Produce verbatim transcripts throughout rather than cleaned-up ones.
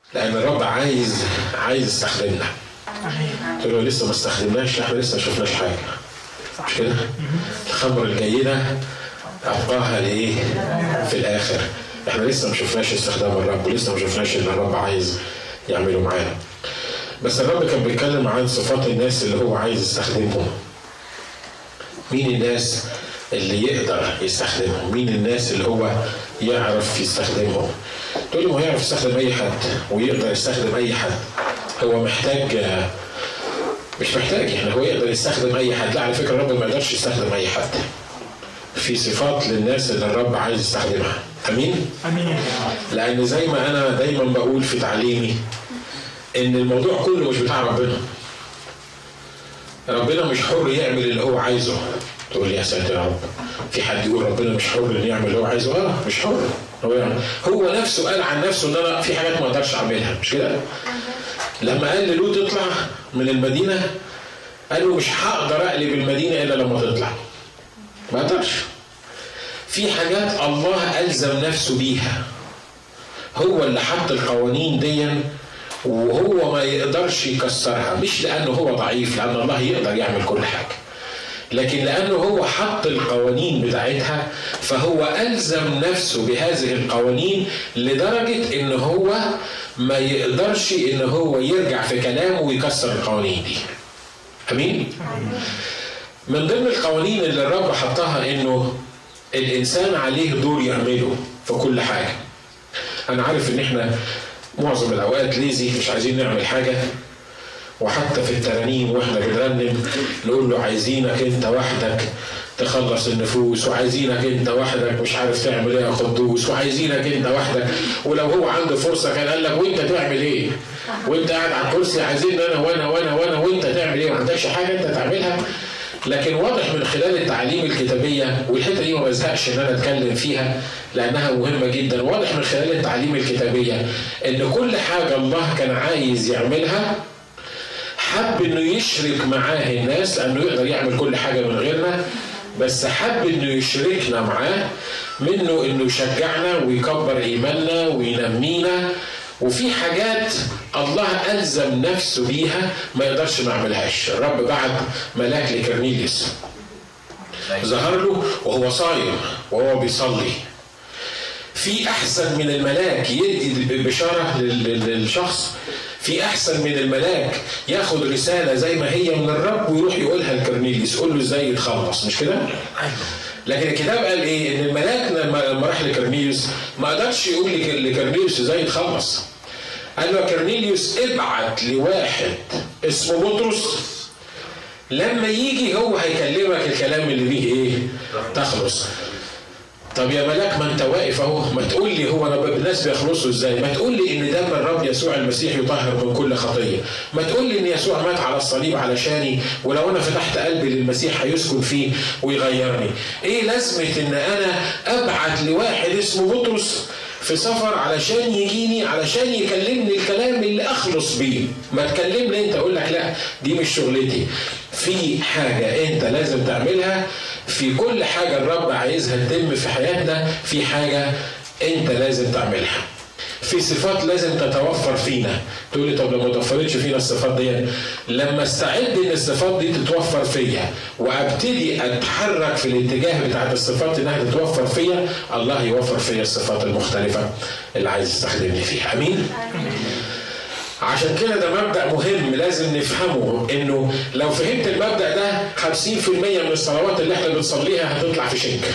لان الرب عايز عايز يستخدمنا. تقول له لسه ما استخدمناش، احنا لسه ما شفناش حاجه، مش كده؟ الخمر الجيده ابقاها لايه؟ في الاخر. احنا لسه ما شفناش استخدام الرب، ولسه ما شفناش ان الرب عايز يعمله معانا. بس الرب كان بيتكلم عن صفات الناس اللي هو عايز يستخدمهم. مين الناس اللي يقدر يستخدمهم؟ مين الناس اللي هو يعرف يستخدمهم؟ تقول لي ما هو يعرف يستخدم اي حد ويقدر يستخدم اي حد. هو محتاج؟ مش محتاج. يعني هو يقدر يستخدم اي حد. لا، على فكره الرب ما يقدرش يستخدم اي حد. في صفات للناس اللي الرب عايز يستخدمها. امين؟ امين. لان زي ما انا دايما بقول في تعليمي ان الموضوع كله مش بتاع ربنا. ربنا مش حر يعمل اللي هو عايزه. تقول لي يا ساتر يا رب، في حد يقول ربنا مش حر ان يعمل اللي هو عايزه؟ اه مش حر. هو يعني هو نفسه قال عن نفسه ان انا في حاجات ما اقدرش اعملها، مش كده؟ لما قال للوط اطلع من المدينه قال له مش هقدر اقلب المدينه الا لما تطلع. ما اقدرش. في حاجات الله الزم نفسه بيها، هو اللي حط القوانين دي وهو ما يقدرش يكسرها. مش لانه هو ضعيف، لان الله يقدر يعمل كل حاجه، لكن لانه هو حط القوانين بتاعتها فهو الزم نفسه بهذه القوانين لدرجه ان هو ما يقدرش ان هو يرجع في كلامه ويكسر القوانين دي. امين؟ من ضمن القوانين اللي الرب حطها انه الانسان عليه دور يعمله في كل حاجه. انا عارف ان احنا معظم الاوقات ليزي، مش عايزين نعمل حاجه، وحتى في الترانيم واحنا بنرنم نقول له عايزينك انت وحدك تخلص النفوس، وعايزينك انت وحدك مش عارف تعمل ايه يا قدوس، وعايزينك انت وحدك. ولو هو عنده فرصه كان قال لك وانت تعمل ايه؟ وانت قاعد على الكرسي عايزين انا وانا وانا وانا وانت تعمل ايه؟ ما عندكش حاجه انت تعملها. لكن واضح من خلال التعليم الكتابيه، والحته دي ما بزهقش ان انا اتكلم فيها لانها مهمه جدا. واضح من خلال التعليم الكتابيه ان كل حاجه الله كان عايز يعملها حب انه يشرك معاه الناس، لانه يقدر يعمل كل حاجه من غيرنا، بس حب انه يشركنا معاه، منه انه يشجعنا ويكبر ايماننا وينمينا. وفي حاجات الله ألزم نفسه بيها ما يقدرش ما يعملهاش. الرب بعت ملاك لكرنيليوس ظهر له وهو صايم وهو بيصلي. في أحسن من الملاك يدي بشارة للشخص؟ في أحسن من الملاك ياخد رسالة زي ما هي من الرب ويروح يقولها لكرنيليوس، يقول له ازاي يتخلص، مش كده؟ لكن الكتاب قال ايه؟ ان الملاك لما راح لكرنيليوس ما قدرش يقول لكرنيليوس ازاي يتخلص. قال له كرنيليوس ابعت لواحد اسمه بطرس، لما يجي هو هيكلمك الكلام اللي بيه ايه؟ تخلص. طب يا ملاك ما انت واقف اهو، ما تقول لي هو انا الناس بيخلصوا ازاي؟ ما تقول لي ان دم الرب يسوع المسيح يطهر من كل خطيه، ما تقول لي ان يسوع مات على الصليب علشاني، ولو انا فتحت قلبي للمسيح هيسكن فيه ويغيرني. ايه لازمه ان انا ابعت لواحد اسمه بطرس في سفر علشان يجيني علشان يكلمني الكلام اللي اخلص بيه؟ ما تكلمني انت. اقول لك لا، دي مش شغلتي. في حاجه انت لازم تعملها. في كل حاجه الرب عايزها تتم في حياتنا في حاجه انت لازم تعملها. في صفات لازم تتوفر فينا. تقول لي طب لو ما توفرتش فينا الصفات دي، لما استعد ان الصفات دي تتوفر فيا وابتدي اتحرك في الاتجاه بتاعت الصفات انها تتوفر فيا، الله يوفر فيا الصفات المختلفه اللي عايز يستخدمني فيها. امين؟ عشان كده ده مبدأ مهم لازم نفهمه، انه لو فهمت المبدأ ده خمسين في المية من الصلوات اللي احنا بنصليها هتطلع في شنك.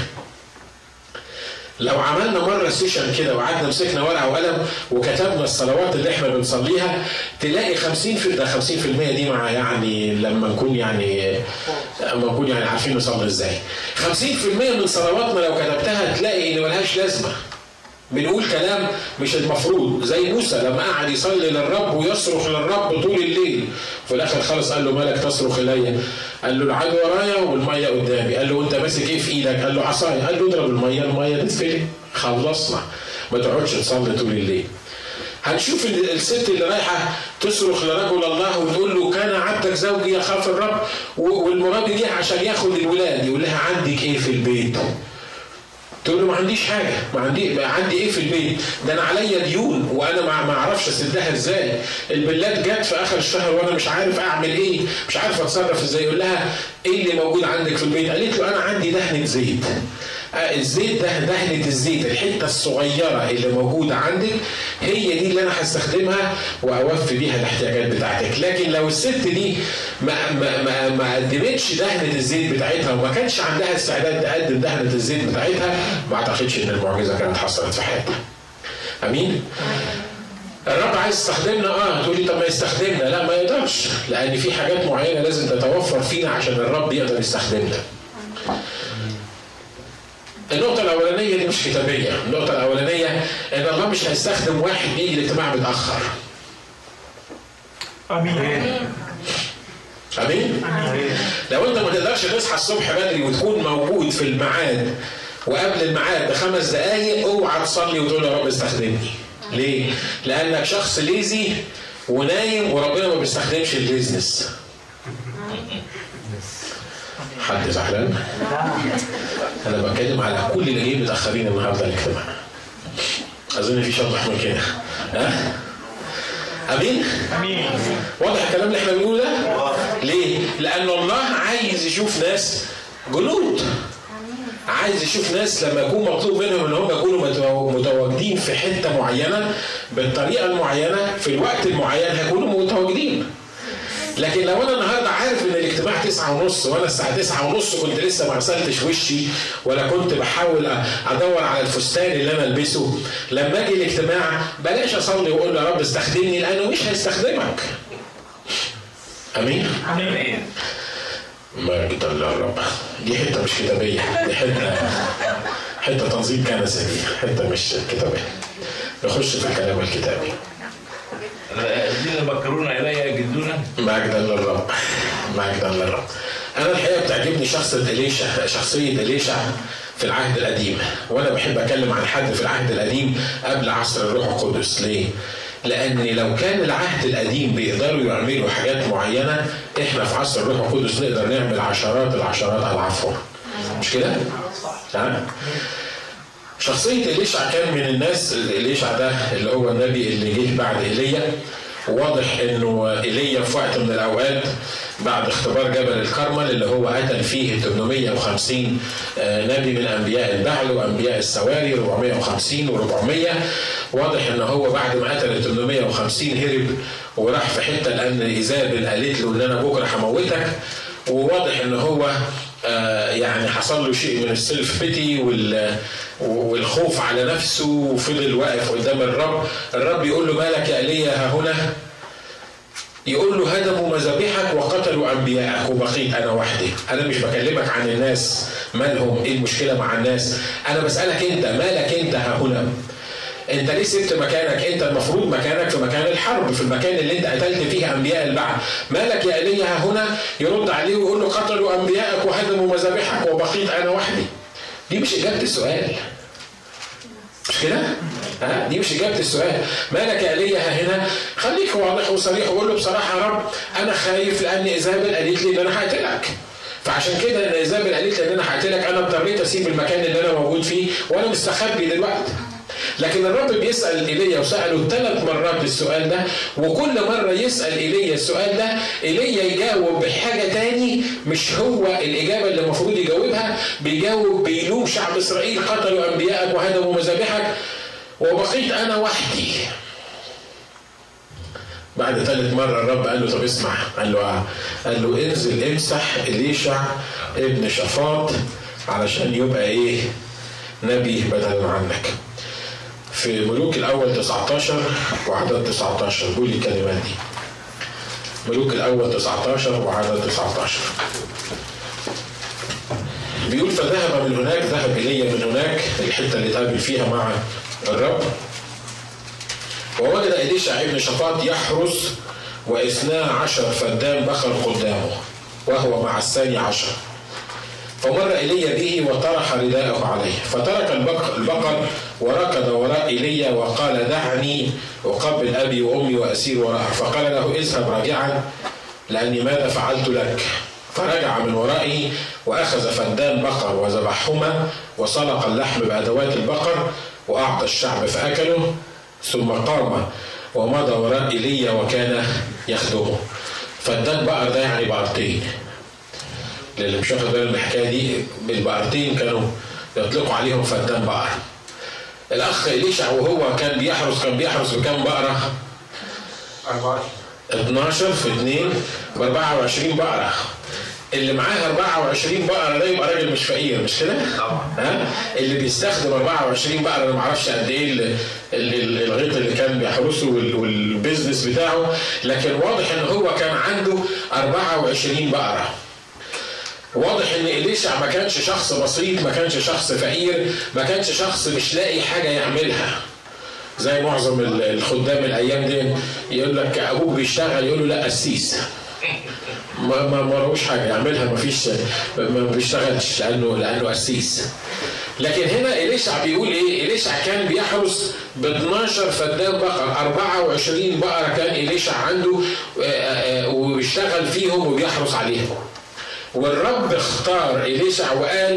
لو عملنا مرة سيشن كده وقعدنا مسكنا ورقة وقلم وكتبنا الصلوات اللي احنا بنصليها، تلاقي خمسين في ده خمسين في المية دي مع يعني لما نكون يعني لما نكون يعني عارفين نصلي ازاي. خمسين في المية من صلواتنا لو كتبتها تلاقي ان ملهاش لازمة. بنقول كلام مش المفروض، زي موسى لما قعد يصلي للرب ويصرخ للرب طول الليل، في الاخر خالص قال له مالك تصرخ الي؟ قال له العدو ورايا والميه قدامي. قال له انت ماسك ايه في ايدك؟ قال له عصايه. قال له اضرب الميه، الميه تتفلق. خلصنا، ما تقعدش تصلي طول الليل. هنشوف الست اللي رايحه تصرخ لرجل الله وتقول له كان عبدك زوجي يخاف الرب، والمراد جه عشان ياخد الولاد، يقول لها عندك ايه في البيت؟ تقول له ما عنديش حاجه، ما عندي ما عندي ايه في البيت؟ ده انا عليا ديون وانا ما اعرفش اسدها ازاي. البلاد جت في اخر الشهر وانا مش عارف اعمل ايه، مش عارف اتصرف ازاي. يقول لها ايه اللي موجود عندك في البيت؟ قالت له انا عندي دهنه زيت. آه الزيت ده دهنه الزيت، الحته الصغيره اللي موجوده عندك هي دي اللي انا هستخدمها واوفي بيها الاحتياجات بتاعتك. لكن لو الست دي ما ما ما, ما قدمتش دهنه الزيت بتاعتها وما كانش عندها استعداد تقدم دهنه الزيت بتاعتها، ما اعتقدش ان المعجزه كانت حصلت في حياتها. امين؟ الرب عايز يستخدمنا. اه تقول لي طب ما يستخدمنا. لا ما يقدرش، لان في حاجات معينه لازم تتوفر فينا عشان الرب يقدر يستخدمنا. النقطة الأولانية دي مش كتابية. النقطة الأولانية إن الله مش هيستخدم واحد بيجي الاجتماع متأخر. امين. امين؟ لو انت ما تقدرش تصحى الصبح بدري وتكون موجود في الميعاد وقبل الميعاد بخمس دقايق، اوعى تصلي وتقول يا رب استخدمني. ليه؟ لانك شخص ليزي ونايم، وربنا ما بيستخدمش الليزنس. حد زعلان؟ انا بتكلم على كل اللي جايين متاخرين النهارده الاجتماع. اظن في شطح من كده. ها؟ امين؟ امين. واضح الكلام اللي احنا بنقوله ده؟ ليه؟ لان الله عايز يشوف ناس جنود. عايز يشوف ناس لما يكون مطلوب منهم ان هم يكونوا متواجدين في حته معينه بالطريقه المعينه في الوقت المعين هيكونوا متواجدين. لكن لو انا النهارده عارف ان الاجتماع تسعة ونص وانا الساعه تسعة ونص كنت لسه ما غسلتش وشي ولا كنت بحاول ادور على الفستان اللي انا البسه، لما اجي الاجتماع بلاش اصلي واقول له يا رب استخدمني، لانه مش هيستخدمك. امين؟ امين. مجد الله الرب. دي حته مش كتابيه، دي حته حته تنظيم كنسي، دي حته مش كتابيه. نخش في الكلام الكتابي. الذين بكرونا الي جدونا. مجدا للرب، مجدا للرب. انا الحقيقه بتعجبني شخصيه إليشع، شخصيه إليشع في العهد القديم، وانا بحب اتكلم عن حد في العهد القديم قبل عصر الروح القدس. ليه؟ لان لو كان العهد القديم بيقدروا يعملوا حاجات معينه، احنا في عصر الروح القدس نقدر نعمل عشرات العشرات اضعافهم. مش كده؟ ها؟ شخصية إليشع كان من الناس. إليشع ده اللي هو النبي اللي جه بعد إيليا، وواضح إنه إيليا في وقت من الأوقات بعد اختبار جبل الكرمل اللي هو قتل فيه ثمانمائة وخمسين نبي من أنبياء البعل وأنبياء السواري أربعمائة وخمسين وأربعمائة. واضح إن هو بعد ما قتل ثمانمائة وخمسين هرب وراح في حتة لأن إيزابل قالت له إن أنا بكرة هموتك. وواضح إن هو آه يعني حصل له شيء من السيلف بيتي والخوف على نفسه، وفضل واقف قدام الرب. الرب يقول له مالك يا ايليا ها هنا؟ يقول له هدموا مذابحك وقتلوا انبياءك وبقيت انا وحدي. انا مش بكلمك عن الناس مالهم، ايه المشكله مع الناس، انا بسالك انت مالك انت ها هنا؟ انت ليه سبت مكانك؟ انت المفروض مكانك في مكان الحرب، في المكان اللي انت قتلت فيه انبياء البعل. مالك يا ايليا ها هنا؟ يرد عليه ويقول له قتلوا انبياءك وهدموا مذابحك وبقيت انا وحدي. دي مش اجابه السؤال. مش كده؟ ها؟ دي مش اجابه السؤال. مالك يا ايليا ها هنا؟ خليك واضح وصريح وقول له بصراحه يا رب انا خايف لان ايزابل قالت لي ان انا هقتلك. فعشان كده ان ايزابل قالت لي ان انا هقتلك انا اضطريت اسيب المكان اللي انا موجود فيه وانا مستخبي دلوقتي. لكن الرب بيسأل إيليا وسأله ثلاث مرات السؤال ده، وكل مرة يسأل إيليا السؤال ده إيليا يجاوب بحاجة تاني مش هو الإجابة اللي المفروض يجاوبها. بيجاوب بيلوم شعب إسرائيل قتلوا أنبياءك وهدموا مذابحك وبقيت أنا وحدي. بعد ثالث مرة الرب قال له طب اسمع، قال له آه. قال له انزل امسح إليشع ابن شفاط علشان يبقى إيه؟ نبي بدلا عنك. في ملوك الأول تسعة عشر وعدد تسعة عشر قول لي الكلمات دي. ملوك الأول تسعة عشر وعدد تسعة عشر بيقول فذهب من هناك، ذهب إلي من هناك الحتة اللي اتقابل فيها مع الرب، ووجد إليشع ابن شفاط يحرس واثنا عشر فدان بخر قدامه وهو مع الثاني عشر. فمر إيليا به وطرح رداءه عليه فترك البقر وركض وراء إيليا وقال دعني أقبل أبي وأمي وأسير وراءه. فقال له اذهب راجعا لأني ماذا فعلت لك؟ فرجع من ورائه وأخذ فدان بقر وذبحهما وسلق اللحم بأدوات البقر وأعطى الشعب فأكله، ثم قام ومضى وراء إيليا وكان يخدمه. فدان بقر ده يعني بقرتين، للي مش واخد باله من الحكايه دي، البقرتين كانوا يطلقوا عليهم فدان بقر. الأخ إليشع وهو كان بيحرس كان بيحرس بكام بقرة؟ اتناشر في اتنين ب أربعة وعشرين بقرة. اللي معاه أربعة وعشرين بقرة ده يبقى راجل مش فقير، مش كده؟ ها؟ اللي بيستخدم أربعة وعشرين بقرة انا ما اعرفش قد ايه الغيط اللي كان بيحرسه والبيزنس بتاعه، لكن واضح ان هو كان عنده أربعة وعشرين بقرة. واضح ان إليشع ما كانش شخص بسيط، ما كانش شخص فقير، ما كانش شخص مش لاقي حاجة يعملها. زي معظم الخدام الايام دي يقول لك ابوك بيشتغل، يقول له لا قسيس. ما ما مروش حاجه يعملها، ما فيش ما بيشتغلش لانه لانه قسيس. لكن هنا إليشع بيقول ايه؟ إليشع كان بيحرس ب اتناشر فدان بقر، أربعة وعشرين بقره كان إليشع عنده وبيشتغل فيهم وبيحرس عليهم. والرب اختار إليشع وقال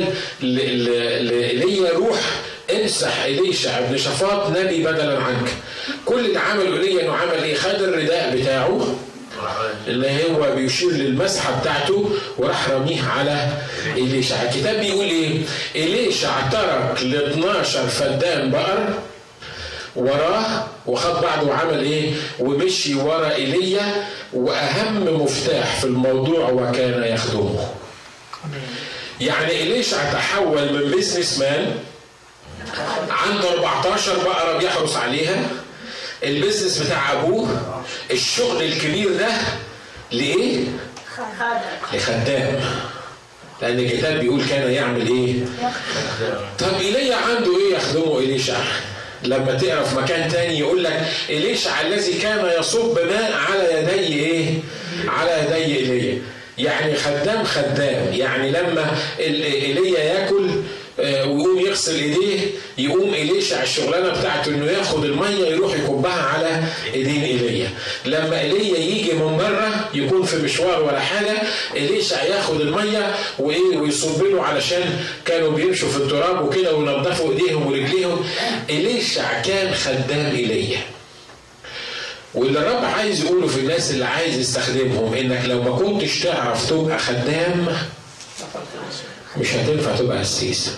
لإيليا روح امسح إليشع ابن شفاط نبي بدلا عنك. كل اللي عمله إيليا انه عمل ايه؟ خد الرداء بتاعه اللي هو بيشير للمسحه بتاعته وراح رميه على إليشع. الكتاب بيقول ايه؟ إليشع ترك ل اتناشر فدان بقر وراه وخد بعضه وعمل ايه؟ ومشي ورا إيليا، واهم مفتاح في الموضوع وكان يخدمه. يعني إليشع تحول من بيزنس مان عنده أربعتاشر بقرة بيحرس عليها، البيزنس بتاع ابوه، الشغل الكبير ده، لإيه؟ لخدام. لأن الكتاب بيقول كان يعمل إيه؟ طب إيليا عنده إيه يخدمه إليشع؟ لما تقرا في مكان تاني يقول لك إليشع الذي كان يصب ماء على يدي إيه؟ على يدي إيليا. يعني خدام خدام، يعني لما إيليا ياكل ويقوم يغسل ايديه، يقوم إليشع الشغلانه بتاعته انه ياخد الميه يروح يكبها على ايدين إيليا. لما إيليا يجي من بره يكون في مشوار ولا حاجه، إليشع ياخد الميه وايه ويصب له، علشان كانوا بيمشوا في التراب وكده وينضفوا ايديهم ورجليهم. إليشع كان خدام إيليا. واللي الرب عايز يقوله في الناس اللي عايز يستخدمهم، انك لو ما كنتش تعرف تبقى خدام مش هتنفع تبقى قسيس.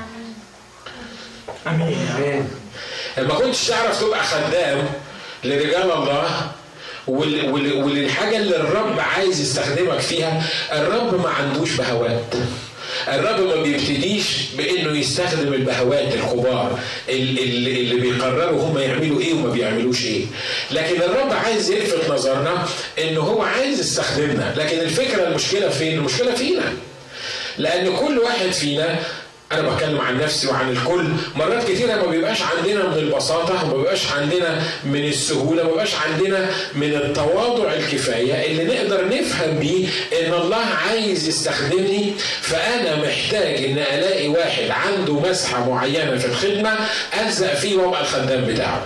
امين. لما كنتش تعرف تبقى خدام لرجال الله وللحاجه اللي الرب عايز يستخدمك فيها، الرب ما عندوش بهوات. الرب ما بيبتديش بانه يستخدم البهوات الكبار اللي, اللي بيقرروا هم يعملوا ايه وما بيعملوش ايه. لكن الرب عايز يلفت نظرنا انه هو عايز يستخدمنا. لكن الفكره المشكله فين؟ المشكله فينا. لأن كل واحد فينا، أنا بتكلم عن نفسي وعن الكل، مرات كتيرة ما بيبقاش عندنا من البساطة وما بيبقاش عندنا من السهولة وما بيبقاش عندنا من التواضع الكفاية اللي نقدر نفهم بيه إن الله عايز يستخدمني، فأنا محتاج إن ألاقي واحد عنده مسحة معينة في الخدمة ألزق فيه وأبقى الخدام بتاعه.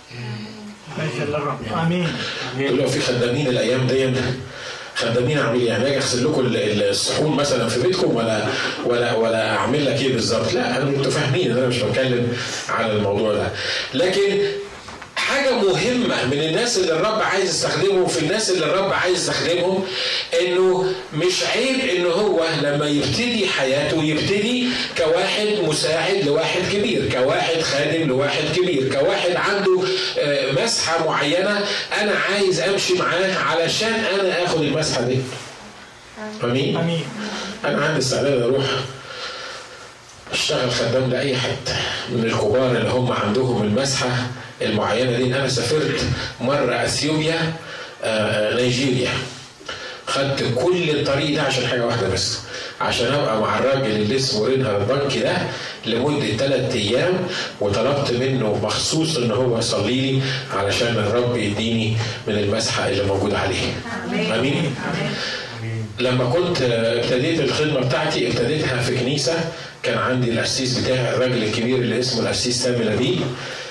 آمين. تقول له في خدامين الأيام دي خدامين اعمل ايه؟ يعني اجي اغسل لكم الصحون مثلا في بيتكم ولا ولا ولا اعمل لك ايه بالظبط؟ لا، انتوا فاهمين ان انا مش بتكلم على الموضوع ده. لكن حاجه مهمه من الناس اللي الرب عايز يستخدمهم، في الناس اللي الرب عايز يستخدمهم، انه مش عيب ان هو لما يبتدي حياته يبتدي كواحد مساعد لواحد كبير، كواحد خادم لواحد كبير، كواحد عنده مسحه معينه انا عايز امشي معاه علشان انا اخد المسحه دي. امين. امين. انا عندي استعداد اروح اشتغل خدام لاي حد من الكبار اللي هم عندهم المسحه المعينه دي. انا سافرت مره اثيوبيا، آه، نيجيريا، خدت كل الطريق ده عشان حاجه واحده بس، عشان ابقى مع الراجل اللي اسمه رينهارد بانكي ده لمده ثلاث ايام، وطلبت منه مخصوص ان هو يصلي لي علشان الرب يديني من المسحه اللي موجود عليه. امين. امين. لما كنت ابتديت الخدمه بتاعتي ابتديتها في كنيسه، كان عندي القسيس بتاعي الراجل الكبير اللي اسمه القسيس سامي لبيب،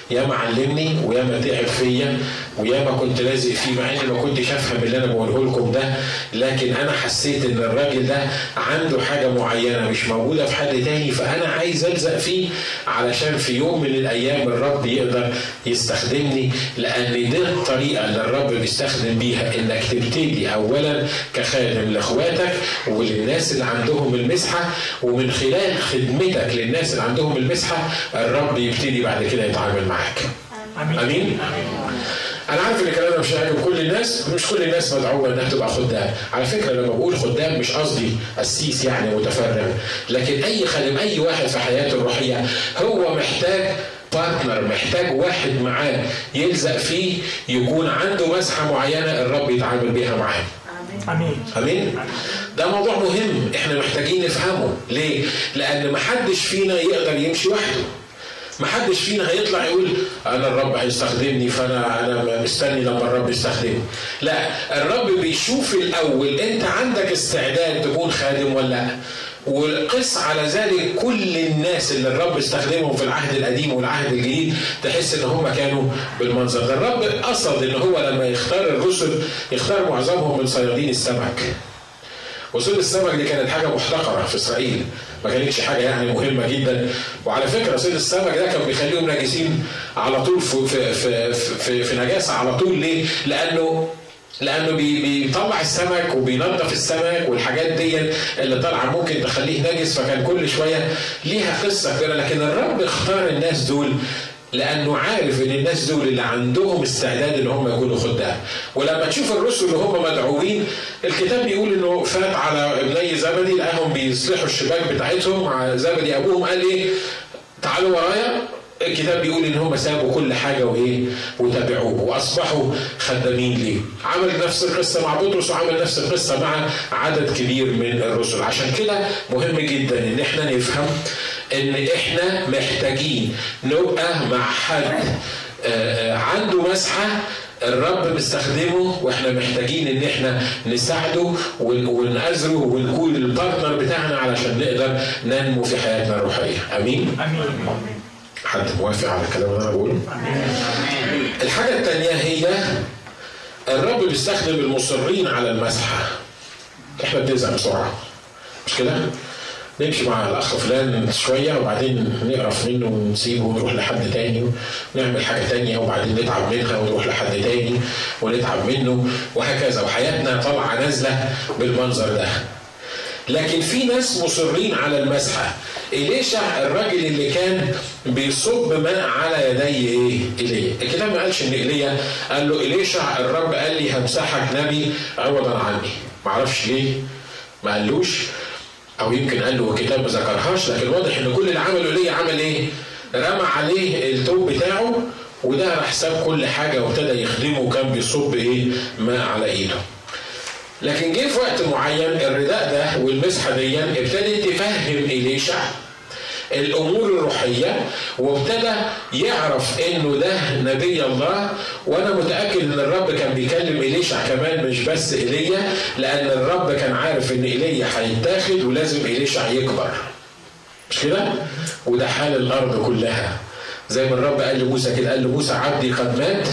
ياما علمني وياما تعب فيا وياما كنت لازق فيه، مع اني ما كنتش افهم اللي انا بقوله لكم ده، لكن انا حسيت ان الراجل ده عنده حاجه معينه مش موجوده في حد تاني، فانا عايز الزق فيه علشان في يوم من الايام الرب يقدر يستخدمني، لان دي الطريقه اللي الرب بيستخدم بيها انك تبتدي اولا كخادم لاخواتك وللناس اللي عندهم المسحه، ومن خلال خدمتك للناس اللي عندهم المسحه الرب يبتدي بعد كده يتعامل معاك. امين, أمين؟ أنا عارف إن الكلام ده مش هيعجب كل الناس، مش كل الناس مدعوة إنها تبقى خدام، على فكرة لما بقول خدام مش قصدي قسيس يعني متفرغ، لكن أي خادم أي واحد في حياته الروحية هو محتاج بارتنر، محتاج واحد معاه يلزق فيه، يكون عنده مسحة معينة الرب يتعامل بيها معاه. امين امين. ده موضوع مهم احنا محتاجين نفهمه. ليه؟ لان محدش فينا يقدر يمشي وحده، محدش فينا هيطلع يقول انا الرب هيستخدمني فانا انا مستني لما الرب يستخدمني. لا، الرب بيشوف الاول انت عندك استعداد تكون خادم ولا لا، وقس على ذلك كل الناس اللي الرب استخدمهم في العهد القديم والعهد الجديد تحس ان هم كانوا بالمنظر ده. الرب قصد ان هو لما يختار الرسل يختار معظمهم من صيادين السمك. وصول السمك دي كانت حاجه محتقره في اسرائيل، ما كانتش حاجه يعني مهمه جدا. وعلى فكره صيد السمك ده كان بيخليهم ناجسين على طول في في في في, في نجاسه على طول. ليه؟ لانه لانه بيطلع السمك وبينظف السمك والحاجات دي اللي طالعه ممكن تخليه نجس، فكان كل شويه ليها قصه كده. لكن الرب اختار الناس دول لانه عارف ان الناس دول اللي عندهم استعداد ان هم يكونوا خدام. ولما تشوف الرسل اللي هم مدعوين، الكتاب بيقول انه فات على ابني زبدي لقاهم بيصلحوا الشباك بتاعتهم مع زبدي ابوهم، قال ايه؟ تعالوا ورايا. الكتاب بيقول ان هم سابوا كل حاجه وايه وتابعوه واصبحوا خدامين ليه. عمل نفس القصه مع بطرس وعمل نفس القصه مع عدد كبير من الرسل. عشان كده مهم جدا ان احنا نفهم ان احنا محتاجين نبقى مع حد عنده مسحه الرب مستخدمه، واحنا محتاجين ان احنا نساعده ونأزره ونكون البارتنر بتاعنا علشان نقدر ننمو في حياتنا الروحيه. امين امين. حد موافق على الكلام اللي انا بقوله؟ الحاجه الثانيه هي الرب بيستخدم المصرين على المسحه. احنا بنزهق بسرعه مش كده؟ نمشي مع الاخ فلان شويه وبعدين نقرف منه ونسيبه ونروح لحد تاني ونعمل حاجه تانيه وبعدين نتعب منها ونروح لحد تاني ونتعب منه وهكذا، وحياتنا طالعه نازله بالمنظر ده. لكن في ناس مصرين على المسحه. إليشع الراجل اللي كان بيصب ماء على يدي ايه؟ ايليا. الكتاب ما قالش ان ايليا قال له إليشع الرب قال لي همسحك نبي عوضا عني. ما اعرفش ليه ما قالوش، او يمكن قال له الكتاب ما ذكرهاش، لكن واضح ان كل اللي عمله ايليا عمل ايه؟ رمى عليه الثوب بتاعه وده راح ساب كل حاجه وابتدى يخدمه وكان بيصب ايه؟ ماء على ايده. لكن جه في وقت معين الرداء ده والمسحه دي ابتدت تفهم إليشع الامور الروحيه، وابتدى يعرف انه ده نبي الله. وانا متاكد ان الرب كان بيكلم إليشع كمان مش بس ايليا، لان الرب كان عارف ان ايليا هيتاخد ولازم إليشع يكبر مش كده؟ وده حال الارض كلها. زي ما الرب قال لموسى كده، قال لموسى عبدي قد مات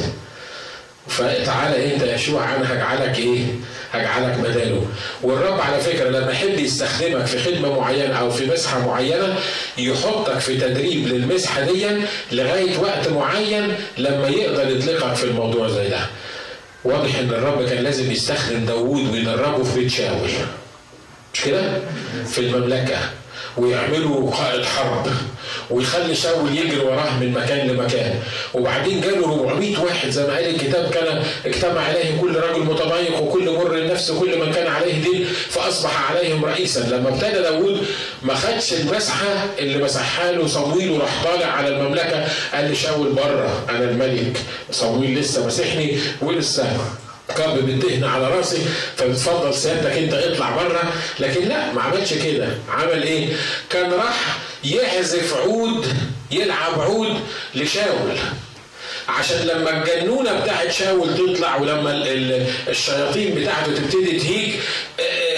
فتعالى انت يا يشوع انا هجعلك ايه؟ هجعلك بداله. والرب على فكره لما يحب يستخدمك في خدمه معينه او في مسحه معينه يحطك في تدريب للمسحه دي لغايه وقت معين لما يقدر يطلقك في الموضوع زي ده. واضح ان الرب كان لازم يستخدم داوود ويدربه في بيت شاول مش كده؟ في المملكه، ويعملوا قائد حرب ويخلي شاول يجري وراه من مكان لمكان، وبعدين جاله أربعمائة واحد زي ما قال الكتاب كان اجتمع عليه كل رجل متضايق وكل مر النفس كل من كان عليه دين فاصبح عليهم رئيسا. لما ابتدى داوود ما خدش المسحه اللي مسحها له صمويل وراح طالع على المملكه قال لشاول بره انا الملك، صمويل لسه مسحني ولسه كاب بالدهن على راسي فبتفضل سيادتك انت اطلع بره. لكن لا، ما عملش كده. عمل ايه؟ كان راح يعزف عود، يلعب عود لشاول عشان لما الجنونه بتاعت شاول تطلع ولما الشياطين بتاعته تبتدي تهيج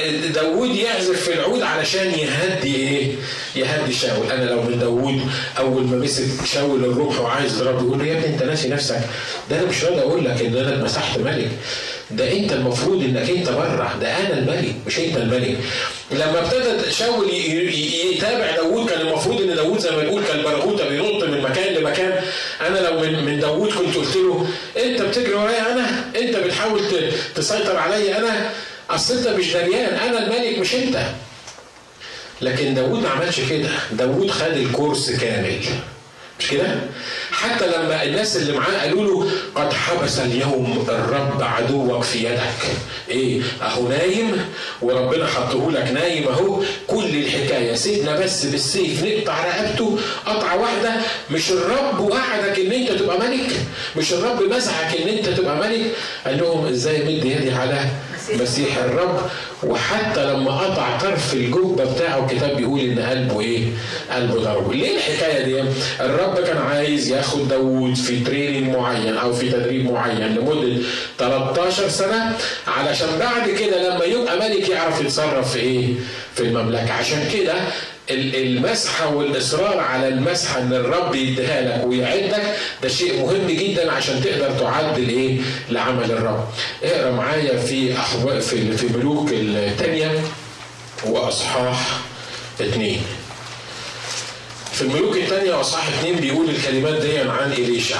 داود يعزف في العود علشان يهدي ايه؟ يهدي شاول. انا لو من داود اول ما مسك شاول الروح وعايز يضربه يقول له يا ابني انت ناسي نفسك، ده انا مش راضي اقول لك ان انا اتمسحت ملك، ده انت المفروض انك انت بره، ده انا الملك مش انت الملك. لما ابتدى شاول يتابع داود كان المفروض ان داود زي ما يقول كالبرغوثه بينط من مكان لمكان. انا لو من من داود كنت قلت له انت بتجري ورايا انا، انت بتحاول تسيطر عليا انا، اصل انت مش دريان انا الملك مش انت. لكن داود ما عملش كده، داود خد الكورس كامل مش كده؟ حتى لما الناس اللي معاه قالوا له قد حبس اليوم الرب عدوك في يدك، ايه اهو نايم وربنا حطه لك نايم اهو، كل الحكايه سيبنا بس بالسيف نقطع رقبته قطعه واحده. مش الرب وعدك ان انت تبقى ملك؟ مش الرب مسحك ان انت تبقى ملك؟ قال لهم ازاي مد يدي على مسيح الرب. وحتى لما قطع طرف الجبه بتاعه الكتاب بيقول ان قلبه ايه؟ قلبه ضربه. ليه الحكايه دي؟ الرب كان عايز ياخد داود في تريننج معين او في تدريب معين لمده ثلاثة عشر سنه، علشان بعد كده لما يبقى ملك يعرف يتصرف في ايه؟ في المملكه. عشان كده المسحه والاصرار على المسحه ان الرب يديها لك ويعدك ده شيء مهم جدا عشان تقدر تعدل ايه؟ لعمل الرب. اقرا معايا في احوال في في ملوك الثانيه واصحاح اثنين. في الملوك الثانيه واصحاح اثنين بيقول الكلمات دي عن إليشع.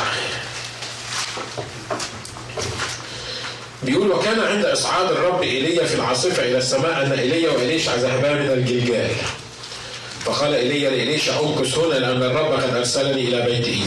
بيقول وكان عند اصعاد الرب ايليا في العاصفه الى السماء ان ايليا وإليشع ذهبا من الجلجال. فقال إيليا لإليشع امكث هنا لأن الرب قد أرسلني إلى بيت إيل.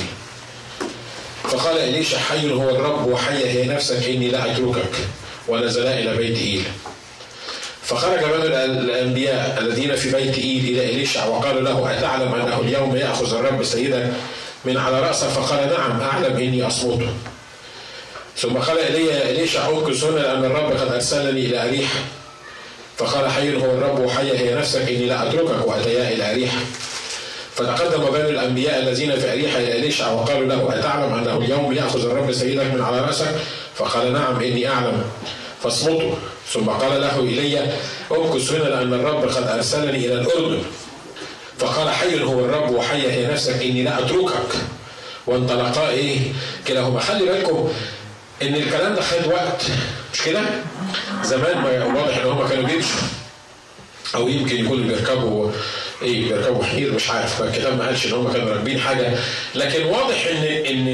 فقال إليشع حي هو الرب وحي هي نفسك إني لا أتركك، ونزلا إلى بيت إيل. فخرج من الأنبياء الذين في بيت إيل إلى إليشع وقالوا له أتعلم أنه اليوم يأخذ الرب سيدك من على رأسه؟ فقال نعم أعلم إني أصمته. ثم قال إلي إليشع امكث هنا لأن الرب قد أرسلني إلى أريحة. فقال حي هو الرب وحي هي نفسك إني لا أتركك، وأتيا إلى أريحة. فتقدم بين الأنبياء الذين في أريحة إلى إليشع وقالوا له أتعلم أنه اليوم يأخذ الرب سيدك من على رأسك؟ فقال نعم إني أعلم فاصمته. ثم قال له إلي امكث هنا لأن الرب قد أرسلني إلى الأردن. فقال حي هو الرب وحي هي نفسك إني لا أتركك. وانطلقا إيه كلاهما. خلي بالكم إن الكلام ده خد وقت مش كده؟ زمان ما واضح إن هم كانوا بيمشوا أو يمكن يكونوا بيركبوا إيه بيركبوا حمير مش عارف، الكتاب ما قالش إن هم كانوا راكبين حاجة، لكن واضح إن إن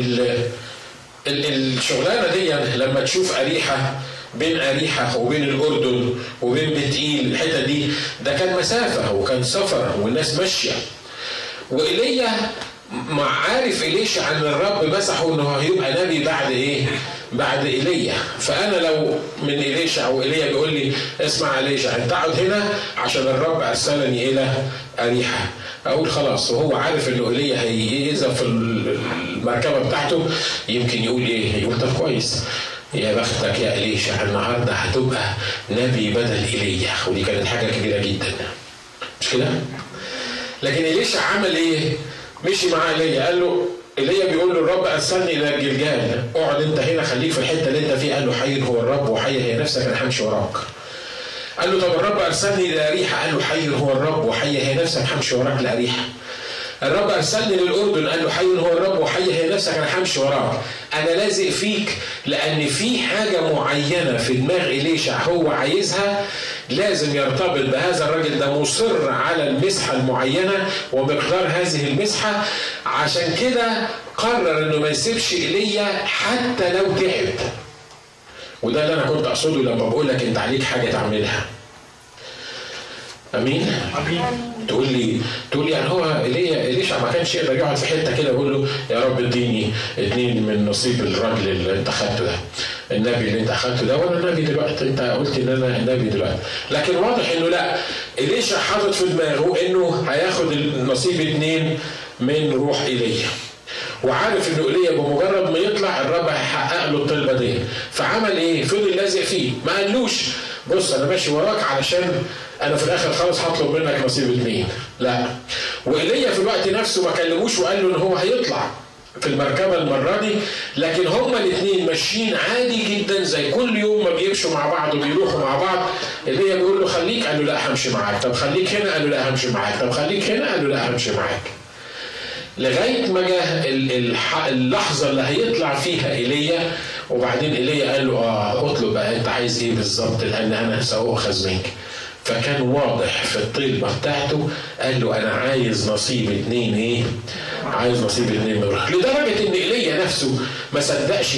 ال الشغلانة دي لما تشوف أريحة بين أريحة وبين الأردن وبين بيت إيل الحتة دي ده كان مسافة وكان سفر والناس ماشية. وإيليا مع عارف إليشع أن الرب مسحه إنه هيبقى نبي بعد إيه؟ بعد إيليا. فأنا لو من إليشع وإيليا بيقول لي اسمع إليشع أنت اقعد هنا عشان الرب أرسلني إلى أريحة، أقول خلاص. وهو عارف إنه إيليا هيذهب في المركبة بتاعته يمكن يقول إيه؟ يقول طب كويس يا بختك يا إليشع النهارده هتبقى نبي بدل إيليا. ودي كانت حاجة كبيرة جدا مش كده؟ لكن إليشع عمل إيه؟ مشي مع إيليا قال له إيليا بيقول له الرب أرسلني إلى الجلجال، اقعد أنت هنا خليك في الحتة اللي أنت فيها. قال له حي هو الرب وحي هي نفسك أنا همشي وراك. قال له طب الرب أرسلني إلى أريحة. قال له حي هو الرب وحي هي نفسك همشي وراك لأريحة. الرب أرسلني للأردن. قال له حي هو الرب وحي هي نفسك أنا همشي وراك. أنا لازق فيك لأن في حاجة معينة في دماغ إليشع هو عايزها، لازم يرتبط بهذا الراجل ده، مصر على المسحة المعينة ومقدار هذه المسحة. عشان كده قرر إنه ما يسيبش إيليا حتى لو تعب. وده اللي أنا كنت أقصده لما بقول لك أنت عليك حاجة تعملها. امين امين. تقول لي تقول لي يعني هو إيليا إليشع ما كانش يقدر يقعد في حته كده يقول له يا رب اديني اتنين من نصيب الراجل اللي انت خدته ده، النبي اللي انت اخدته ده، وانا النبي دلوقتي، انت قلت ان انا النبي دلوقتي. لكن واضح انه لا، إليشع حاطط في دماغه انه هياخد النصيب اتنين من روح إيليا، وعارف انه إيليا بمجرد ما يطلع الرب هيحقق له الطلبه دي. فعمل ايه؟ فضل لازق فيه، ما قالوش بص انا ماشي وراك علشان انا في الاخر خالص هطلب منك نصيب اتنين، لا. وإيليا في الوقت نفسه ما كلموش وقال له ان هو هيطلع، في المركبة المرة دي، لكن هما الاثنين ماشيين عادي جدا زي كل يوم ما بيمشوا مع بعض وبيروحوا مع بعض. ايليا بيقول له خليك، قال له لا همشي معاك. طب خليك هنا، قال له لا همشي معاك. طب خليك هنا، قال له لا همشي معاك. لغاية ما جه اللحظة اللي هيطلع فيها ايليا، وبعدين ايليا قال له اه اطلب بقى انت عايز ايه بالظبط، لان انا سأؤخذ منك. فكان واضح في الطلبة بتاعته، قال له انا عايز نصيب اتنين ايه؟ عايز نصيب اتنين من روحك. لدرجة ان ايليا نفسه ما صدقش.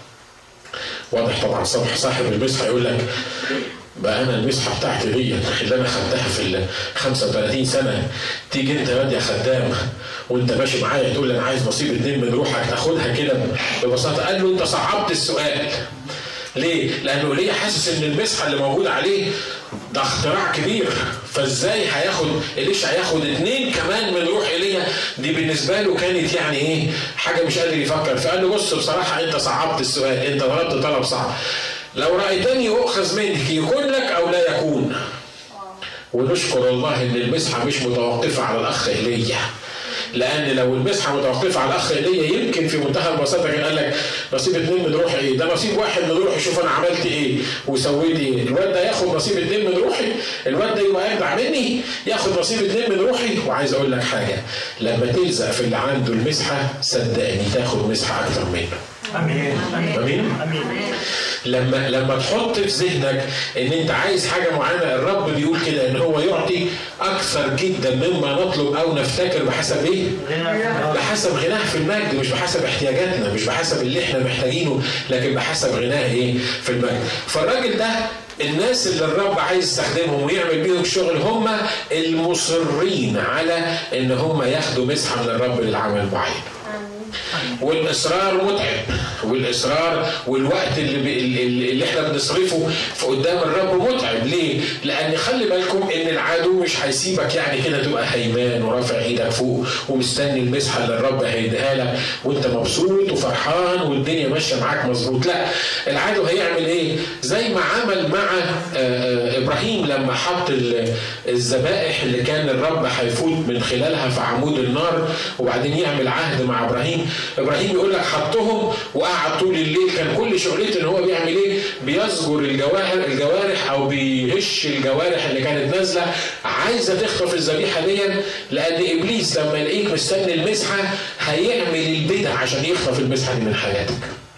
واضح طبعا صبح صاحب المسحة يقول لك بقى انا المسحة بتاعتي دي اللي انا خدتها في ال خمسة وثلاثين سنة، تيجي انت يا خدام وانت ماشي معايا تقول لي انا عايز نصيب اتنين من روحك، تاخدها كده ببساطة. قال له انت صعبت السؤال. ليه؟ لانه ليه حاسس ان المسحة اللي موجود عليه ده اختراع كبير، فازاي هياخد إليشع هياخد اتنين كمان من روح ايليا؟ دي بالنسبه له كانت يعني ايه؟ حاجه مش قادر يفكر. فقال له بص بصراحه انت صعبت السؤال، انت طلبت طلب صعب. لو رايتني يؤخذ منك يكون لك او لا يكون. ونشكر الله ان المسحه مش متوقفه على الاخ ايليا، لان لو المسحه متوقفه على الاخ ايليا يمكن في منتهى البساطه كان قال لك نصيب اتنين من روحي ايه؟ ده نصيب واحد من روحي، شوف انا عملت ايه وسويت ايه. الواد ده ياخد نصيب اتنين من روحي، الواد ده يبقى اجدع مني ياخد نصيب اتنين من روحي. وعايز اقول لك حاجه، لما تلزق في اللي عنده المسحه صدقني تاخد مسحه اكتر منه. امين امين امين. لما لما تحط في ذهنك ان انت عايز حاجه معينه، الرب بيقول كده ان هو يعطي اكثر جدا مما نطلب او نفتكر. بحسب ايه؟ بحسب غناه في المجد، مش بحسب احتياجاتنا، مش بحسب اللي احنا محتاجينه، لكن بحسب غناه ايه؟ في المجد. فالراجل ده الناس اللي الرب عايز يستخدمهم ويعمل بيهم شغل هم المصرين على ان هم ياخدوا مسحه من الرب للعمل معين. والاصرار متعب، والاصرار والوقت اللي, اللي احنا بنصرفه في قدام الرب متعب. ليه؟ لان خلي بالكم ان العدو مش هيسيبك يعني كده تبقى هيمان ورافع ايدك فوق ومستني المسحه اللي الرب هيديها لك وانت مبسوط وفرحان والدنيا ماشيه معاك مظبوط. لا، العدو هيعمل ايه؟ زي ما عمل مع ابراهيم لما حط الذبائح اللي كان الرب هيفوت من خلالها في عمود النار، وبعدين يعمل عهد مع ابراهيم. ابراهيم يقول لك حطهم وقعد طول الليل، كان كل شغلته ان هو بيعمل ايه؟ بيزجر الجواهر الجوارح او بيهش الجوارح اللي كانت نازله عايزه تخطف الذبيحه دي، لان ابليس لما يلاقيك مستني المسحه هيعمل البدع عشان يخطف المسحه دي من حياتك.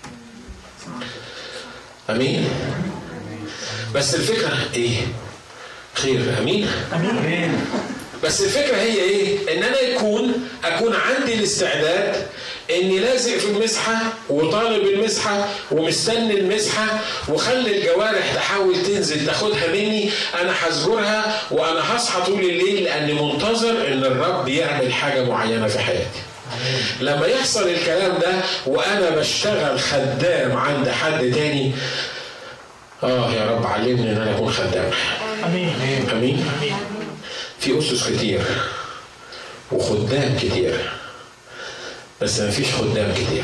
امين. بس الفكره ايه؟ خير. امين امين. بس الفكرة هي ايه؟ ان انا يكون اكون عندي الاستعداد اني لازق في المسحة وطالب المسحة ومستني المسحة، وخلي الجوارح تحاول تنزل تاخدها مني، انا هسجرها وانا هصحى طول الليل لاني منتظر ان الرب يعمل حاجة معينة في حياتي. لما يحصل الكلام ده وانا بشتغل خدام عند حد تاني، اه يا رب علمني ان انا اكون خدام. امين امين. في أسس كتير وخدام كتير، بس ما فيش خدام كتير.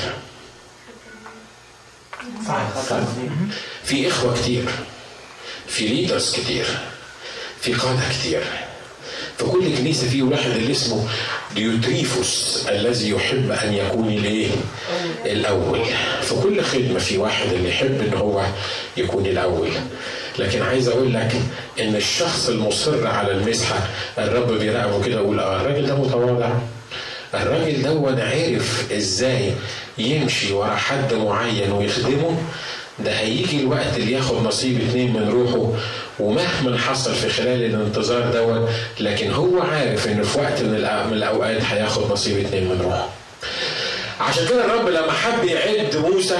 في إخوة كتير، في ليدرز كتير، في قادة كتير. في كل كنيسة فيه واحد اللي اسمه ديوتريفوس الذي يحب أن يكون الايه؟ الأول. في كل خدمة في واحد اللي يحب أن هو يكون الأول. لكن عايز أقول لك إن الشخص المصر على المسحة الرب بيراقبه كده ويقول آه الراجل ده متواضع، الراجل ده وانا عارف إزاي يمشي ورا حد معين ويخدمه، ده هيجي الوقت اللي ياخد نصيب اتنين من روحه. ومهما حصل في خلال الانتظار دوت، لكن هو عارف ان في وقت من الاوقات هياخد نصيب اتنين من روحه. عشان كده الرب لما حب يعد موسى،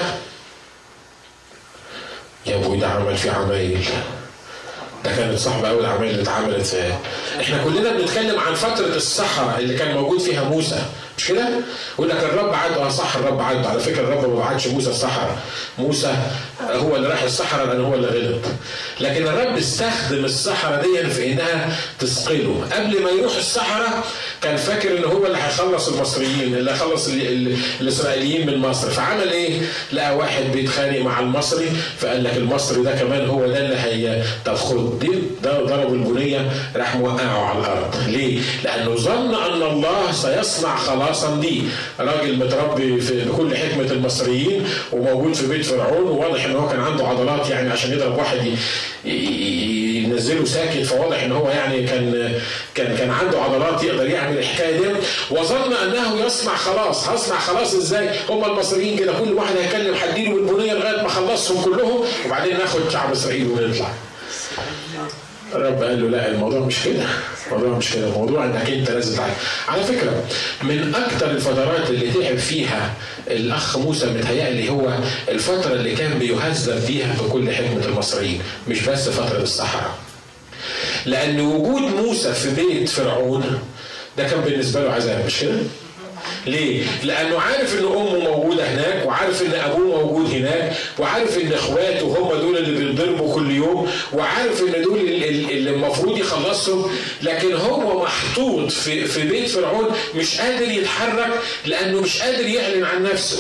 يا ابوي ده عمل في عمايل، ده كانت صعبة قوي العمايل اللي اتعملت فيها. احنا كلنا بنتكلم عن فترة الصحراء اللي كان موجود فيها موسى، مش كده؟ يقول لك الرب عاد. اه صح، الرب عاد. على فكرة الرب ما بعدش موسى الصحراء، موسى هو اللي راح الصحراء لأن هو اللي غلط. لكن الرب استخدم الصحراء دي في انها تثقله. قبل ما يروح الصحراء كان فاكر ان هو اللي هيخلص المصريين، اللي هيخلص الاسرائيليين من مصر. فعمل ايه؟ لقى واحد بيتخانق مع المصري، فقال لك المصري ده كمان هو ده اللي هي طب خد دي، ده ضرب البنيه راح موقعه على الارض. ليه؟ لانه ظن ان الله سيصنع خلاصا. دي راجل متربي في بكل حكمه المصريين وموجود في بيت فرعون، وواضح ان هو كان عنده عضلات يعني عشان يضرب واحد ينزله ساكت، فواضح ان هو يعني كان كان كان عنده عضلات يقدر يعمل الحكايه دي. وظن انه يصنع خلاص. هصنع خلاص ازاي؟ هم المصريين كده كل واحد هيكلم حديله بالبنيه لغايه ما خلصهم كلهم وبعدين ناخد شعب اسرائيل ونطلع. الرب قال له لا، الموضوع مش كده، الموضوع مش كده، الموضوع انك انت لازم تعرف. على فكره من اكثر الفترات اللي تعب فيها الاخ موسى متهيألي هو الفتره اللي كان بيهذب فيها بكل حكمه المصريين، مش بس فتره الصحراء. لان وجود موسى في بيت فرعون ده كان بالنسبه له عذاب، مش كده؟ ليه؟ لأنه عارف إن أمه موجودة هناك، وعارف إن أبوه موجود هناك، وعارف إن إخواته هم دول اللي بيتضربوا كل يوم، وعارف إن دول اللي المفروض يخلصهم، لكن هو محطوط في في بيت فرعون مش قادر يتحرك لأنه مش قادر يعلن عن نفسه.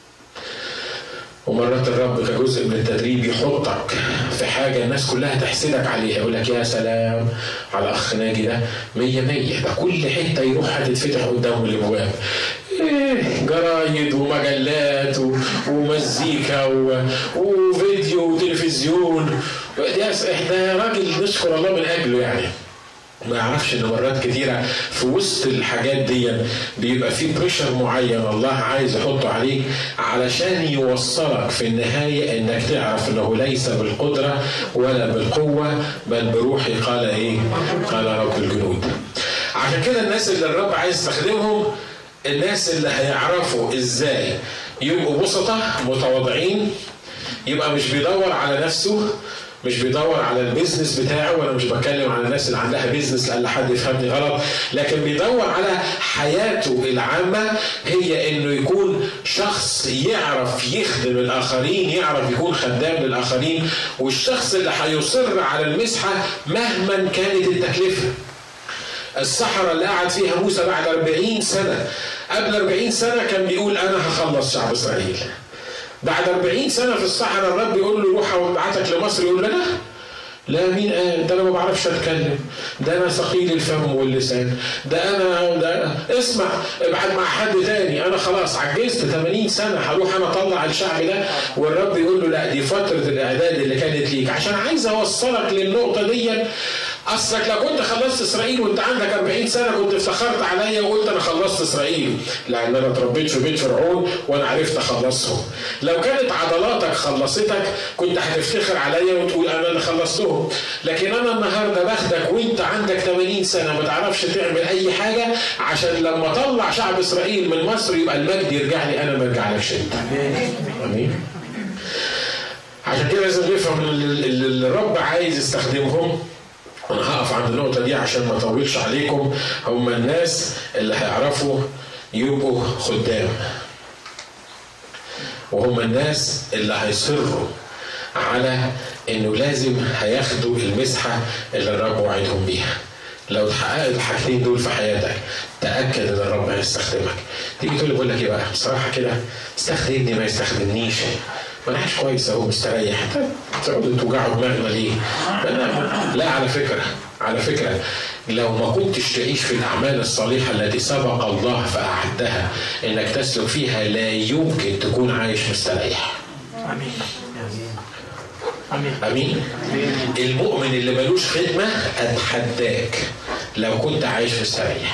ومرات الرب كجزء من التدريب يحطك في حاجة الناس كلها تحسدك عليها، يقول لك يا سلام على أخ ناجي ده مية مية، ده كل حتة يروح هتتفتح قدامه الأبواب، إيه جرايد ومجلات ومزيكا وفيديو وتلفزيون. ده راجل نشكر الله من أجله يعني. ما يعرفش ان مرات كتيره في وسط الحاجات دي بيبقى في بريشر معين الله عايز يحطه عليك علشان يوصلك في النهايه انك تعرف انه ليس بالقدره ولا بالقوه بل بروحي قال ايه؟ قال رب الجنود. عشان كده الناس اللي الرب عايز يستخدمهم الناس اللي هيعرفوا ازاي يبقوا بسطة متواضعين، يبقى مش بيدور على نفسه، مش بيدور على البيزنس بتاعه. وانا مش بتكلم على الناس اللي عندها بيزنس لأن حد يفهمني غلط، لكن بيدور على حياته العامة هي انه يكون شخص يعرف يخدم الاخرين، يعرف يكون خدام للاخرين، والشخص اللي هيصر على المسحة مهما كانت التكلفة. الصحراء اللي قعد فيها موسى بعد أربعين سنة، قبل أربعين سنة كان بيقول انا هخلص شعب اسرائيل. بعد أربعين سنة في الصحراء الرب يقول له روح وابعتك لمصر، يقول له لا لا مين قال؟ ده انا ما بعرفش اتكلم، ده انا ثقيل الفم واللسان، ده انا ده اسمع ابعت مع حد تاني، انا خلاص عجزت ثمانين سنة هروح انا اطلع الشعب ده. والرب يقول له لا دي فترة الاعداد اللي كانت ليك عشان عايز اوصلك للنقطة دي. اصلك لو كنت خلصت اسرائيل وانت عندك أربعين سنة كنت افتخرت عليا وقلت انا خلصت اسرائيل، لان انا اتربيت في بيت فرعون وانا عرفت اخلصهم. لو كانت عضلاتك خلصتك كنت هتفتخر عليا وتقول انا اللي خلصتهم. لكن انا النهارده باخدك وانت عندك ثمانين سنة ما تعرفش تعمل اي حاجة عشان لما اطلع شعب اسرائيل من مصر يبقى المجد يرجع لي انا، ما يرجعلكش انت. امين. عشان كده لازم نفهم اللي الرب عايز يستخدمهم. أنا هقف عند النقطة دي عشان ما أطولش عليكم. هم الناس اللي هيعرفوا يبقوا خدام، وهم الناس اللي هيصروا على إنه لازم هياخدوا المسحة اللي الرب وعدهم بيها. لو تحققت الحاجتين دول في حياتك تأكد إن الرب هيستخدمك. تيجي تقول لي بقول لك إيه بقى بصراحة كده، استخدمني ما يستخدمنيش، ما انا عايش كويس اهو مستريح، تقعدوا توجعوا دماغنا ليه؟ لا على فكره على فكره لو ما كنتش تعيش في الاعمال الصالحه التي سبق الله فاعدها انك تسلك فيها لا يمكن تكون عايش مستريح. امين امين امين. المؤمن اللي ملوش خدمه اتحداك لو كنت عايش مستريح.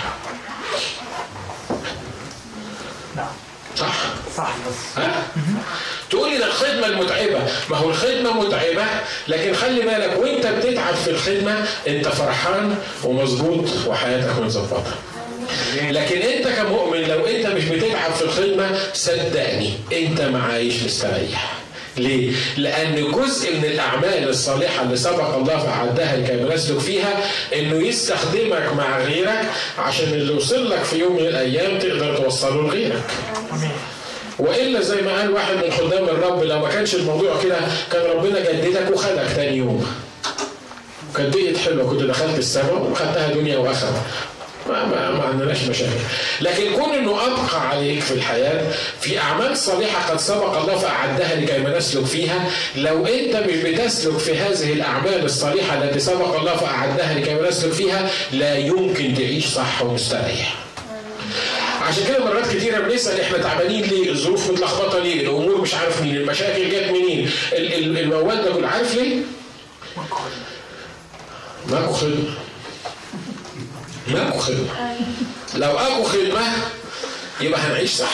صح؟ صح بس ها؟ تقولي ده الخدمة المتعبة، ما هو الخدمة متعبة لكن خلي بالك وانت بتتعب في الخدمة انت فرحان ومظبوط وحياتك متظبطة. لكن انت كمؤمن لو انت مش بتتعب في الخدمة صدقني انت ما عايش مستريح. ليه؟ لأن جزء من الأعمال الصالحة اللي سبق الله فأعدها لكي نسلك فيها إنه يستخدمك مع غيرك عشان اللي وصل لك في يوم من الأيام تقدر توصله لغيرك. وإلا زي ما قال واحد من خدام الرب لو ما كانش الموضوع كده كان ربنا جددك وخدك تاني يوم. كانت بقيت حلوة، كنت دخلت السماء وخدتها دنيا وآخرة. ما, ما, ما عندناش مشاكل. لكن كون انه ابقى عليك في الحياه في اعمال صالحه قد سبق الله فاعدها لكي ما نسلك فيها. لو انت مش بتسلك في هذه الاعمال الصالحه التي سبق الله فاعدها لكي ما نسلك فيها لا يمكن تعيش صح ومستريح. عشان كده مرات كتيرة بنسأل احنا تعبانين ليه؟ الظروف متلخبطة ليه؟ الأمور مش عارف مين، المشاكل جت منين؟ المواد ده كله عارف ليه؟ ماكو خدمة. ماكو خدمة. لو اكو خدمة يبقى هنعيش صح.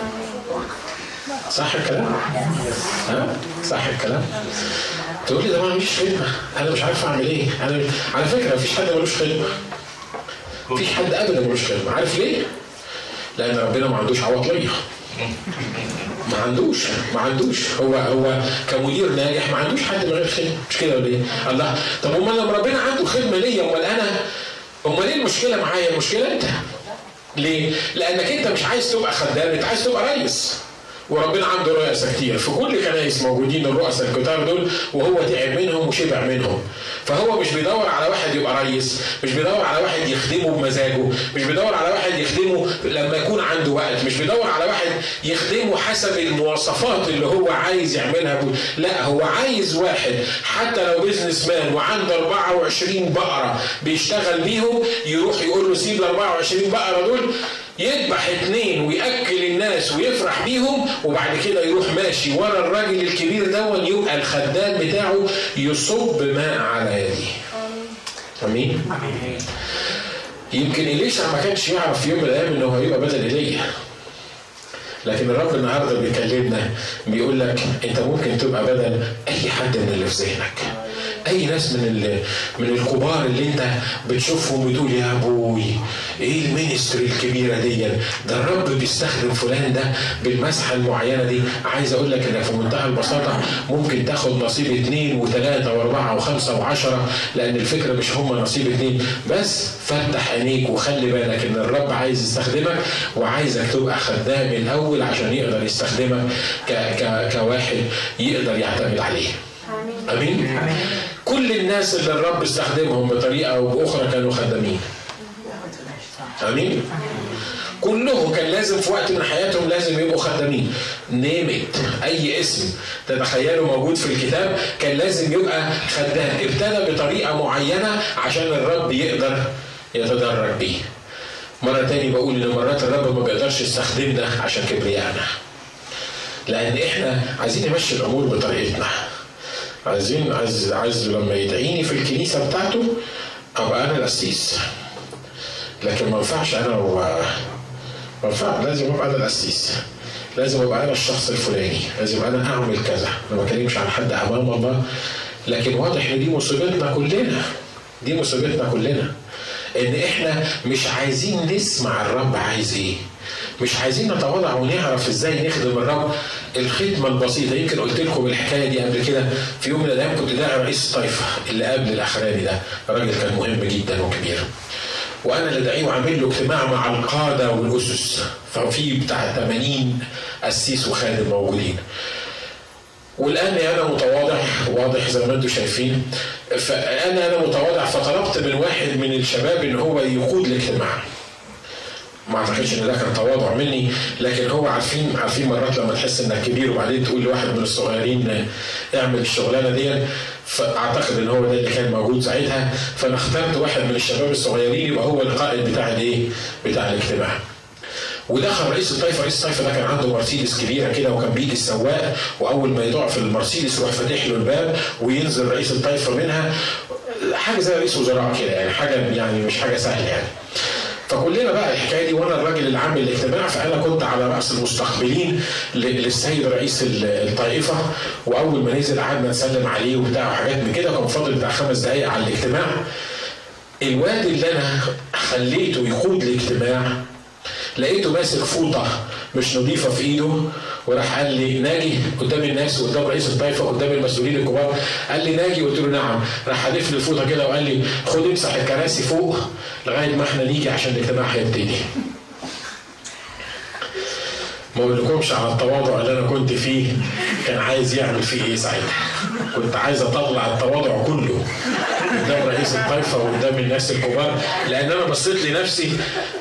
صح الكلام؟ ها؟ صح الكلام؟ تقول لي ده ما عنديش خدمة، أنا مش عارف أعمل إيه؟ أنا على فكرة مفيش حد ملوش خدمة. مفيش حد أبدا ملوش خدمة، عارف ليه؟ لأن ربنا ما عندوش عواطلية. ما عندوش ما عندوش هو هو كمدير ناجح ما عندوش حد من غير خدمة، مش كده ولا إيه؟ الله، طب أمال لما ربنا عنده خدمة ليا أمال أنا؟ أمال إيه المشكلة معايا؟ المشكلة أنت. ليه؟ لأنك أنت مش عايز تبقى خدام، أنت عايز تبقى رئيس. وربنا عنده رؤساء كتير في كل كنائس موجودين الرؤساء الكتار دول، وهو تعب منهم وشبع منهم. فهو مش بيدور على واحد يبقى رئيس، مش بيدور على واحد يخدمه بمزاجه، مش بيدور على واحد يخدمه لما يكون عنده وقت، مش بيدور على واحد يخدمه حسب المواصفات اللي هو عايز يعملها. لا، هو عايز واحد حتى لو بيزنس مان وعنده أربعة وعشرين بقرة بيشتغل بيهم، يروح يقول له سيب ال أربعة وعشرين بقرة دول يذبح اتنين ويأكل الناس ويفرح بيهم، وبعد كده يروح ماشي ورا الراجل الكبير دون يبقى الخدام بتاعه يصب ماء على يديه. امين. يمكن إليشع ما كانش يعرف في يوم من الايام انه هيبقى بدل ايليا، لكن الرب النهارده بيكلمنا بيقول لك انت ممكن تبقى بدل اي حد من اللي في ذهنك. اي ناس من من الكبار اللي انت بتشوفهم وتقول يا ابوي ايه المينستري الكبيره دي، ده الرب بيستخدم فلان ده بالمسحه المعينه دي. عايز اقول لك انك في منتهى البساطه ممكن تاخد نصيب اثنين وثلاثه واربعه وخمسه وعشره، لان الفكره مش هم نصيب اثنين بس. فتح عينيك وخلي بالك ان الرب عايز يستخدمك، وعايزك تبقى خدام الاول عشان يقدر يستخدمك ك ك كواحد يقدر يعتمد عليه. امين. امين. كل الناس اللي الرب استخدمهم بطريقه او باخرى كانوا خدامين. امين. كلهم كان لازم في وقت من حياتهم لازم يبقوا خدامين. نيمت اي اسم تتخيله موجود في الكتاب كان لازم يبقى خدام، ابتدى بطريقه معينه عشان الرب يقدر يتدرج بيه. مره تاني بقول ان مرات الرب ما بيقدرش يستخدمنا عشان كبريائنا، لان احنا عايزين نمشي الامور بطريقتنا. عايزين عايز عايز لما يدعيني في الكنيسه بتاعته ابقى انا القسيس، لكن ما ينفعش انا و ما ينفعش، لازم ابقى انا القسيس، لازم ابقى انا الشخص الفلاني، لازم انا اعمل كذا. انا ما بكلمش عن حد امام الله، لكن واضح ان دي مصيبتنا كلنا، دي مصيبتنا كلنا، ان احنا مش عايزين نسمع الرب عايز ايه، مش عايزين نتواضع ونعرف ازاي نخدم الرب. الخدمه البسيطه، يمكن قلت لكم الحكايه دي قبل كده في يوم من الايام. كنت داعي رئيس الطائفه اللي قبل الاخراني ده، راجل كان مهم جدا وكبير، وانا اللي داعيه وعامل له اجتماع مع القاده والاسس، ففي بتاع ثمانين قسيس وخادم موجودين. والان انا متواضع واضح زي ما انتم شايفين، فانا انا متواضع فطلبت من واحد من الشباب ان هو يقود الاجتماع. ما اعتقدش ان ده كان تواضع مني، لكن هو عارفين عارفين مرات لما تحس انك كبير وبعدين تقول لواحد من الصغيرين اعمل الشغلانه دي، فاعتقد ان هو ده اللي كان موجود ساعتها. فانا اخترت واحد من الشباب الصغيرين يبقى هو القائد بتاع الايه؟ بتاع الاجتماع. ودخل رئيس الطائفه، رئيس الطائفه ده كان عنده مرسيدس كبيره كده، وكان بيجي السواق واول ما يضع في المرسيدس يروح فاتح له الباب وينزل رئيس الطائفه منها، حاجه زي رئيس وزراء كده يعني، حاجه يعني مش حاجه سهله يعني. فكلنا بقى الحكايه دي، وانا الراجل اللي عامل الاجتماع، فانا كنت على راس المستقبلين للسيد رئيس الطائفه. واول ما نزل قعدنا نسلم عليه وبتاع وحاجات من كده، كان فاضل بتاع خمس دقائق على الاجتماع. الواد اللي انا خليته يقود الاجتماع لقيته ماسك فوطه مش نظيفه في ايده، وراح قال لي ناجي قدام الناس وقدام رئيس الطائفه قدام المسؤولين الكبار، قال لي ناجي، قلت له نعم. راح حدف لي الفوطه كده وقال لي خد امسح الكراسي فوق لغايه ما احنا نيجي عشان الاجتماع هيبتدي. ما اقولكمش على التواضع اللي انا كنت فيه كان عايز يعمل فيه ايه ساعتها. كنت عايز اطلع التواضع كله قدام رئيس الطائفه وقدام الناس الكبار، لان انا بصيت لنفسي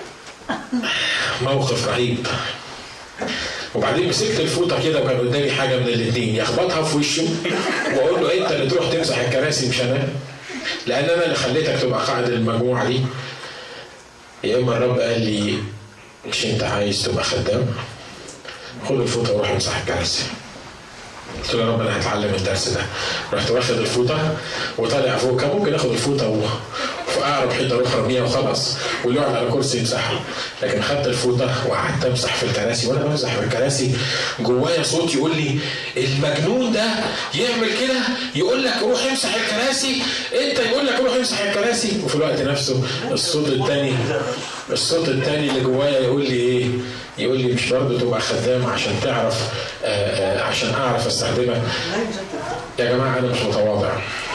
موقف رهيب. وبعدين مسكت الفوطه كده وكان قدامي حاجه من الاثنين، يخبطها في وشه واقول له انت اللي تروح تمسح الكراسي مش انا، لان انا اللي خليتك تبقى قائد المجموعه دي. يا اما الرب قال لي مش انت عايز تبقى خدام؟ خد الفوطه وروح امسح الكراسي. قلت له يا رب انا هتعلم الدرس ده. رحت واخد الفوطه وطالع فوق، كان ممكن اخد الفوطه وفي اقرب حته اروح ارميها وخلاص واللي يقعد على كرسي يمسحها، لكن خدت الفوطه وقعدت امسح في الكراسي. وانا بمسح في الكراسي جوايا صوت يقول لي المجنون ده يعمل كده، يقول لك روح امسح الكراسي، انت يقول لك روح امسح الكراسي. وفي الوقت نفسه الصوت الثاني الصوت الثاني اللي جوايا يقول لي ايه؟ يقول لي مش برضه تبقى خدام عشان تعرف آآ آآ عشان اعرف استخدمك. يا جماعه انا مش متواضع،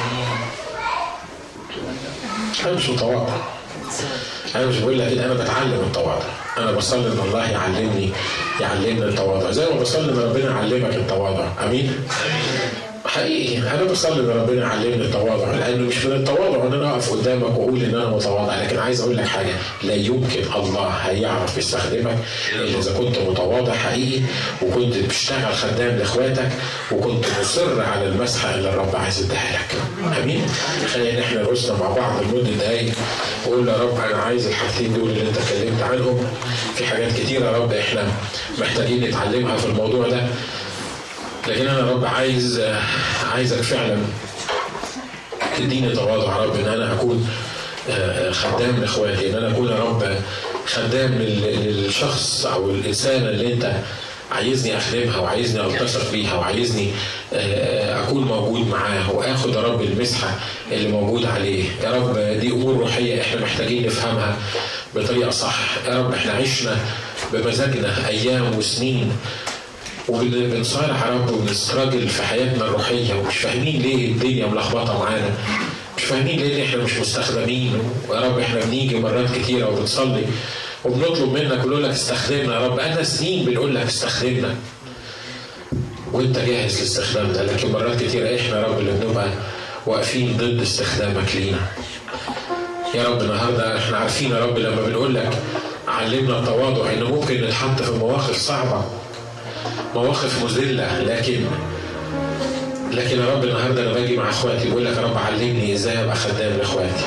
انا مش متواضع، انا مش بقول لك كده، انا بتعلم التواضع. انا بصلي ان الله يعلمني يعلمني التواضع زي ما بصلي ان ربنا يعلمك التواضع. امين. حقيقي انا بصلي ان ربنا يعلمني التواضع، لانه مش من التواضع ان انا اقف قدامك واقول ان انا متواضع، لكن عايز اقول لك حاجه، لا يمكن الله هيعرف يستخدمك الا اذا كنت متواضع حقيقي، وكنت بتشتغل خدام لاخواتك، وكنت مصر على المسحه اللي الرب عايز يديها لك. امين. خلينا احنا نرسنا مع بعض لمده دقايق وقول يا رب انا عايز الحاجتين دول اللي انت اتكلمت عنهم. في حاجات كتيره يا رب احنا محتاجين نتعلمها في الموضوع ده، لكن انا رب عايز عايزك فعلا تديني تواضع يا رب، ان انا اكون خدام لاخواتي، ان انا اكون يا رب خدام للشخص او الانسانه اللي انت عايزني اخدمها وعايزني التصق بيها وعايزني اكون موجود معاه واخد يا رب المسحه اللي موجود عليه. يا رب دي امور روحيه احنا محتاجين نفهمها بطريقه صح. يا رب احنا عشنا بمزاجنا ايام وسنين وبنصارع يا رب وبنستراجل في حياتنا الروحيه، ومش فاهمين ليه الدنيا ملخبطه معانا، مش فاهمين ليه احنا مش مستخدمين. ويا رب احنا بنيجي مرات كتيره وبنصلي وبنطلب منك ونقول لك استخدمنا يا رب، انا سنين بنقول لك استخدمنا وانت جاهز لاستخدامنا، لكن مرات كتيره احنا يا رب اللي بنبقى واقفين ضد استخدامك لينا. يا رب النهارده احنا عارفين يا رب لما بنقول لك علمنا التواضع ان ممكن نتحط في مواقف صعبه، مواقف مذله، لكن لكن يا رب النهارده انا باجي مع اخواتي بقول لك يا رب علمني ازاي ابقى خدام لاخواتي.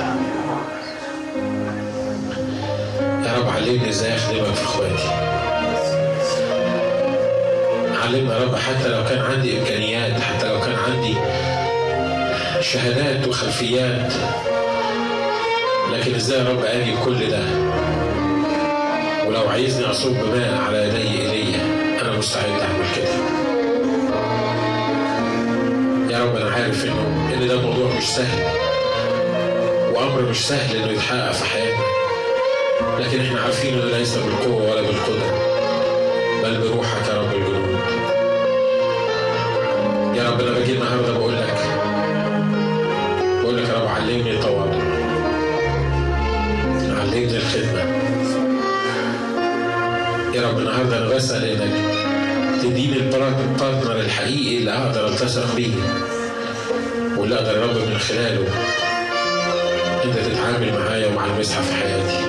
يا رب علمني ازاي اخدمك في اخواتي. علمنا يا رب حتى لو كان عندي امكانيات، حتى لو كان عندي شهادات وخلفيات، لكن ازاي يا رب اجي كل ده ولو عايزني اصب ماء على يدي ايليا انا مستعد اعمل كده. يا رب انا عارف انه ان ده موضوع مش سهل وامر مش سهل انه يتحقق في حياتنا، لكن احنا عارفين انه ليس بالقوه ولا بالقدره بل بروحك يا رب الجنود. يا رب انا باجي النهارده بقول لك بقول لك يا رب علمني التواضع، علمني الخدمه. يا رب النهارده انا بسال انك تديني البارتنر الحقيقي اللي اقدر التصق بيه واللي اقدر يا رب من خلاله انت تتعامل معايا ومع المسحه في حياتي.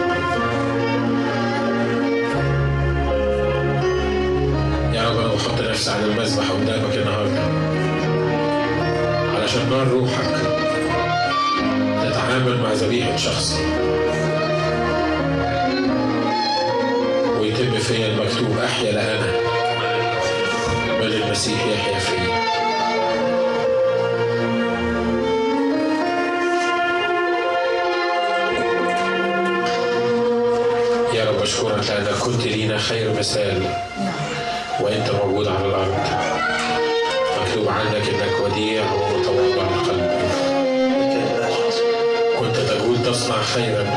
يا رب انا بحط نفسي على المذبح قدامك النهارده علشان نار روحك تتعامل مع ذبيحه شخصي ويتم فيا المكتوب احيا لا انا بل المسيح يحيا فيا. يا رب اشكرك لانك كنت لينا خير مثال وانت موجود على الارض. مكتوب عنك انك وديع ومتواضع القلب، كنت تقول تصنع خيرا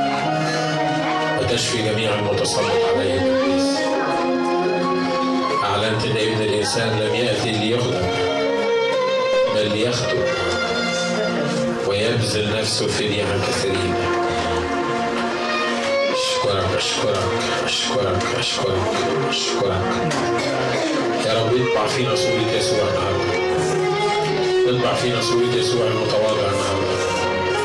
وتشفي جميع المتسلط عليه الابليس. اعلنت ان ابن الانسان لم ياتي ليخدم بل ليخدم ويبذل نفسه فدية عن كثيرين. اشكرك اشكرك اشكرك اشكرك اشكرك يا رب. اطبع فينا صورة يسوع النهارده، اطبع فينا صورة يسوع المتواضع النهارده.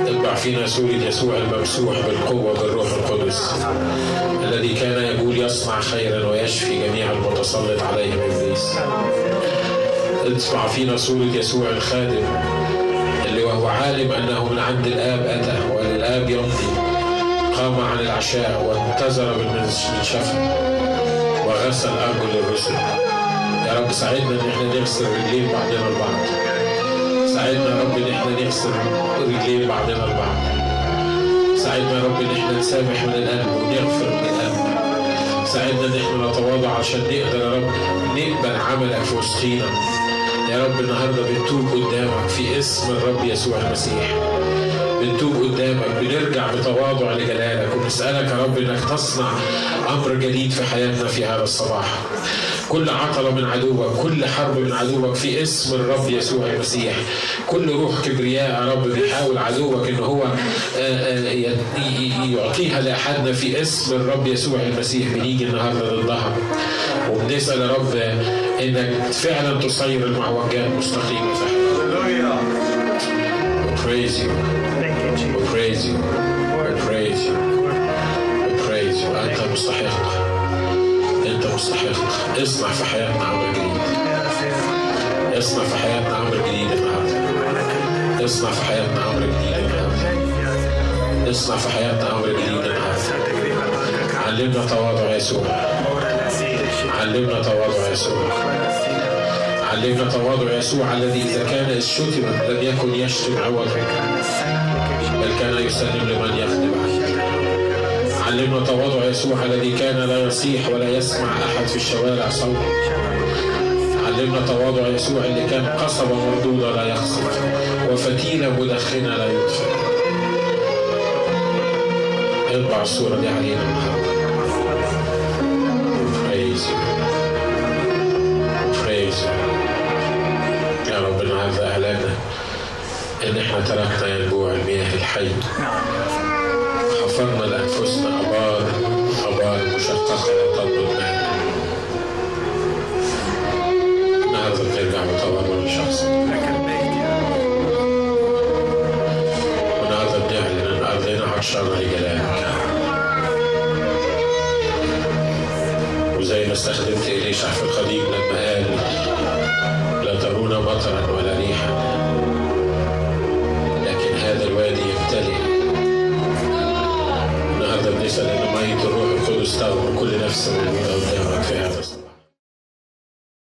اطبع فينا صورة يسوع الممسوح بالقوة بالروح القدس الذي كان يقول يصنع خيرا ويشفي جميع المتسلط عليهم إبليس. اطبع فينا صورة يسوع الخادم اللي وهو عالم أنه من عند الآب أتى وللآب يمضي، قام عن العشاء وانتظر بالمنشفة وغسل أرجل الرسل. يا رب ساعدنا ان احنا نغسل رجلين بعضنا البعض. ساعدنا يا رب ان احنا نغسل رجلين بعضنا البعض. ساعدنا يا رب ان احنا نسامح من القلب ونغفر من القلب. ساعدنا ان احنا نتواضع عشان نقدر يا رب نقبل عملك في وسطينا. يا رب النهارده بنتوب قدامك في اسم الرب يسوع المسيح. بنتوب قدامك، بنرجع بتواضع لجلالك وبنسألك يا رب انك تصنع امر جديد في حياتنا في هذا الصباح. كل عطلة من عدوك، كل حرب من عدوك في اسم الرب يسوع المسيح. كل روح كبرياء يا رب بيحاول عدوك ان هو يعطيها لاحدنا في اسم الرب يسوع المسيح. بنيجي النهارده ضدها وبنسأل يا رب انك فعلا تصير المعوجات مستقيمة فعلا. We praise you. We praise you. We praise you. We praise you. أنت مستحق. أنت مستحق. اصنع في حياتنا أمر جديد. اصنع في حياتنا أمر جديد النهارده. اصنع في حياتنا أمر جديد النهارده. اصنع في حياتنا أمر جديد النهارده. علمنا تواضع يسوع. علمنا تواضع يسوع. علمنا تواضع يسوع الذي إذا كان شتم لم يكن يشتم عوضا بل كان يسلم لمن يخدم عنه. علمنا تواضع يسوع الذي كان لا يصيح ولا يسمع أحد في الشوارع صوته. علمنا تواضع يسوع اللي كان قصبة مردودة لا يخسف وفتيلة مدخنة لا يطفئ. اطبع الصورة دي علينا النهارده. Praise you. Praise you. يا رب النهارده اعلنا ان احنا تركنا ينبوع المياه الحي. حفرنا لانفسنا ابار ابار مشققه لا تضبط ماء. النهارده بنرجع بتواضع لشخصك. والنهارده بنعلن ان ارضنا عطشانه لجلالك. وزي ما استخدمت إليشع في الخليج لما قال لا ترون مطرا ولا ريحا لكن هذا الوادي يمتلئ. النهارده بنسأل ان مية الروح القدس تغمر كل نفس موجودة قدامك.